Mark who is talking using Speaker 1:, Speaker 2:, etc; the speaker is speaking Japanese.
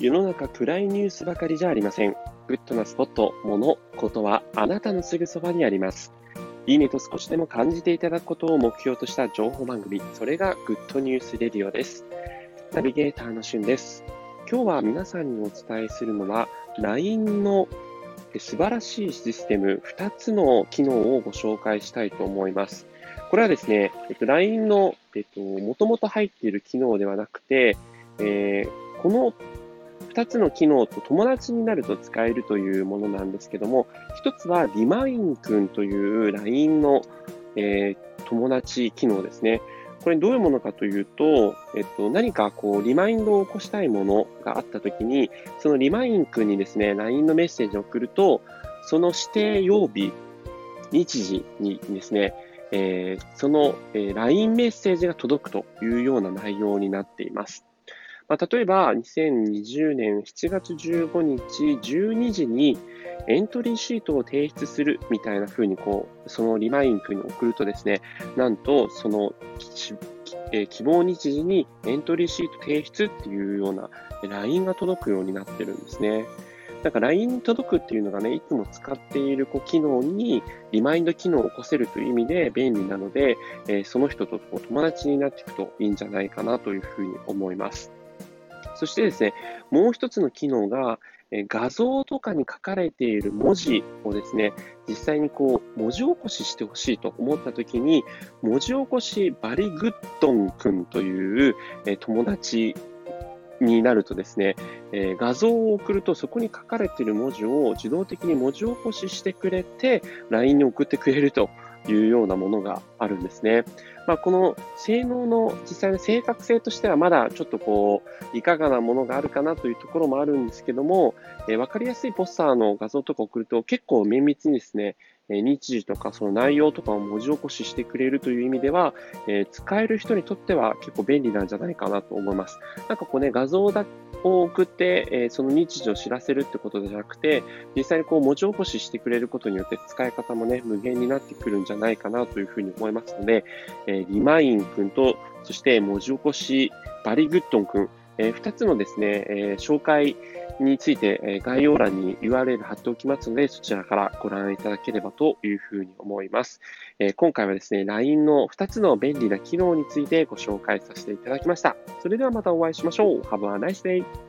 Speaker 1: 世の中暗いニュースばかりじゃありません。グッドなスポット、物、ことはあなたのすぐそばにあります。いいねと少しでも感じていただくことを目標とした情報番組、それがグッドニュースレディオです。ナビゲーターのしゅんです。今日は皆さんにお伝えするのは LINE の素晴らしいシステム2つの機能をご紹介したいと思います。これはですね、LINE の、もともと入っている機能ではなくて、この2つの機能と友達になると使えるというものなんですけども、1つはリマインくんという LINE の、友達機能ですね。これどういうものかというと、何かリマインドを起こしたいものがあったときに、そのリマインくんにですね、LINE のメッセージを送ると、その指定曜日、日時にですね、その、LINE メッセージが届くというような内容になっています。例えば、2020年7月15日12時にエントリーシートを提出するみたいな風にそのリマインクに送るとですね、なんと、その希望日時にエントリーシート提出っていうような LINE が届くようになってるんですね。なんか LINE に届くっていうのがね、いつも使っている機能にリマインド機能を起こせるという意味で便利なので、その人と友達になっていくといいんじゃないかなというふうに思います。そしてですね、もう一つの機能が、画像とかに書かれている文字をですね、実際に文字起こししてほしいと思ったときに、文字起こしバリグッドンくんという、友達になるとですね、画像を送るとそこに書かれている文字を自動的に文字起こししてくれて、LINE に送ってくれるというようなものがあるんですね。この性能の実際の正確性としてはまだちょっといかがなものがあるかなというところもあるんですけども、わかりやすいポスターの画像とか送ると結構綿密にですね、日時とかその内容とかを文字起こししてくれるという意味では、使える人にとっては結構便利なんじゃないかなと思います。なんか画像を送って、その日時を知らせるってことじゃなくて、実際に文字起こししてくれることによって使い方もね、無限になってくるんじゃないかなというふうに思いますので、リマイン君と、そして文字起こしバリグッドン君、2つのですね、紹介について、概要欄に URL 貼っておきますので、そちらからご覧いただければというふうに思います。今回はですね、LINE の2つの便利な機能についてご紹介させていただきました。それではまたお会いしましょう。Have a nice day!